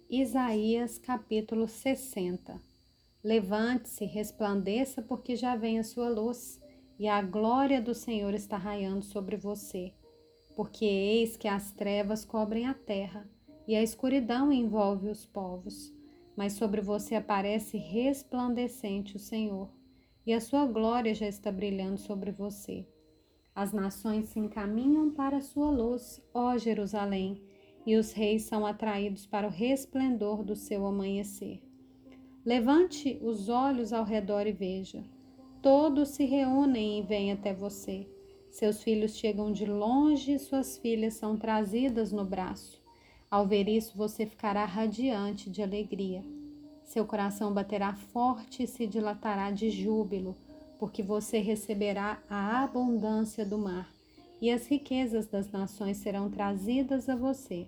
Isaías capítulo 60. Levante-se, resplandeça, porque já vem a sua luz, e a glória do Senhor está raiando sobre você. Porque eis que as trevas cobrem a terra, e a escuridão envolve os povos. Mas sobre você aparece resplandecente o Senhor, e a sua glória já está brilhando sobre você. As nações se encaminham para a sua luz, ó Jerusalém, e os reis são atraídos para o resplendor do seu amanhecer. Levante os olhos ao redor e veja. Todos se reúnem e vêm até você. Seus filhos chegam de longe e suas filhas são trazidas no braço. Ao ver isso, você ficará radiante de alegria. Seu coração baterá forte e se dilatará de júbilo, porque você receberá a abundância do mar, e as riquezas das nações serão trazidas a você.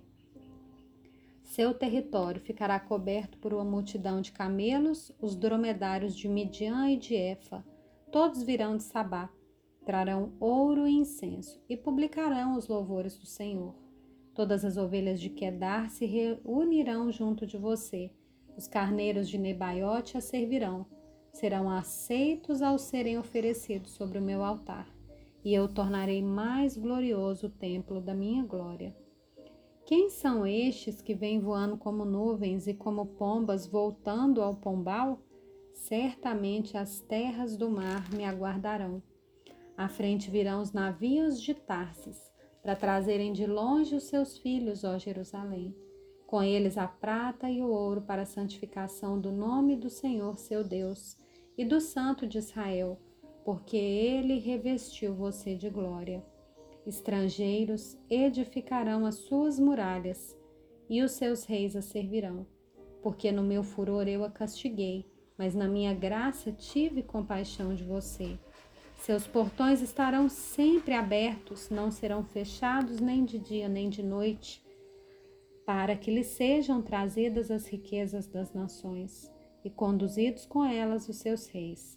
Seu território ficará coberto por uma multidão de camelos, os dromedários de Midian e de Efa. Todos virão de Sabá, trarão ouro e incenso, e publicarão os louvores do Senhor. Todas as ovelhas de Quedar se reunirão junto de você. Os carneiros de Nebaiote a servirão. Serão aceitos ao serem oferecidos sobre o meu altar, e eu tornarei mais glorioso o templo da minha glória. Quem são estes que vêm voando como nuvens e como pombas voltando ao pombal? Certamente as terras do mar me aguardarão. À frente virão os navios de Tarsis, para trazerem de longe os seus filhos, ó Jerusalém. Com eles a prata e o ouro para a santificação do nome do Senhor seu Deus e do Santo de Israel, porque ele revestiu você de glória. Estrangeiros edificarão as suas muralhas, e os seus reis a servirão. Porque no meu furor eu a castiguei, mas na minha graça tive compaixão de você. Seus portões estarão sempre abertos, não serão fechados nem de dia nem de noite, para que lhe sejam trazidas as riquezas das nações, e conduzidos com elas os seus reis.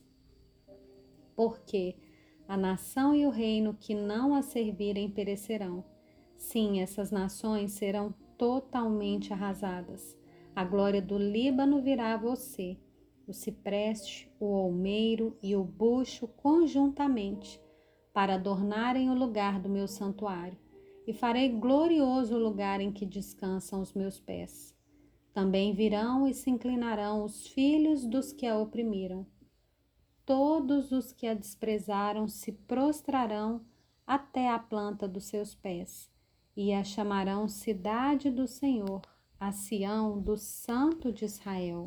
Porque a nação e o reino que não a servirem perecerão. Sim, essas nações serão totalmente arrasadas. A glória do Líbano virá a você, o cipreste, o olmeiro e o bucho conjuntamente, para adornarem o lugar do meu santuário, e farei glorioso o lugar em que descansam os meus pés. Também virão e se inclinarão os filhos dos que a oprimiram. Todos os que a desprezaram se prostrarão até a planta dos seus pés, e a chamarão cidade do Senhor, a Sião do Santo de Israel.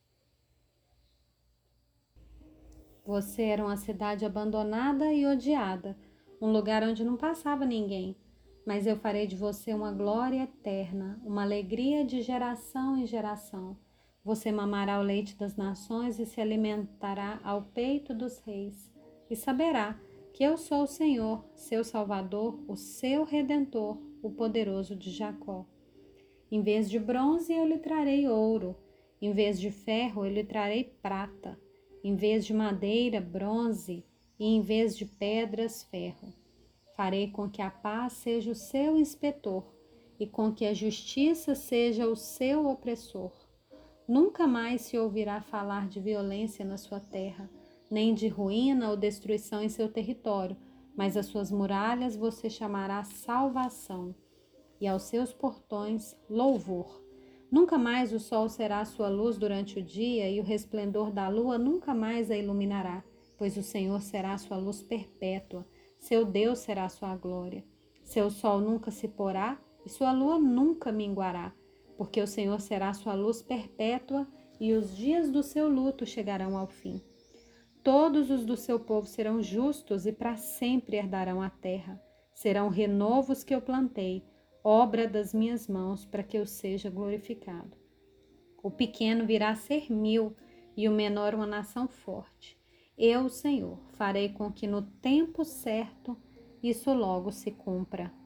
Você era uma cidade abandonada e odiada, um lugar onde não passava ninguém, mas eu farei de você uma glória eterna, uma alegria de geração em geração. Você mamará o leite das nações e se alimentará ao peito dos reis, e saberá que eu sou o Senhor, seu Salvador, o seu Redentor, o poderoso de Jacó. Em vez de bronze eu lhe trarei ouro, em vez de ferro eu lhe trarei prata, em vez de madeira, bronze, e em vez de pedras, ferro. Farei com que a paz seja o seu inspetor, e com que a justiça seja o seu opressor. Nunca mais se ouvirá falar de violência na sua terra, nem de ruína ou destruição em seu território, mas as suas muralhas você chamará salvação, e aos seus portões louvor. Nunca mais o sol será a sua luz durante o dia, e o resplendor da lua nunca mais a iluminará, pois o Senhor será a sua luz perpétua, seu Deus será a sua glória. Seu sol nunca se porá, e sua lua nunca minguará, porque o Senhor será a sua luz perpétua, e os dias do seu luto chegarão ao fim. Todos os do seu povo serão justos e para sempre herdarão a terra. Serão renovos que eu plantei, obra das minhas mãos, para que eu seja glorificado. O pequeno virá a ser 1000 e o menor uma nação forte. Eu, Senhor, farei com que no tempo certo isso logo se cumpra.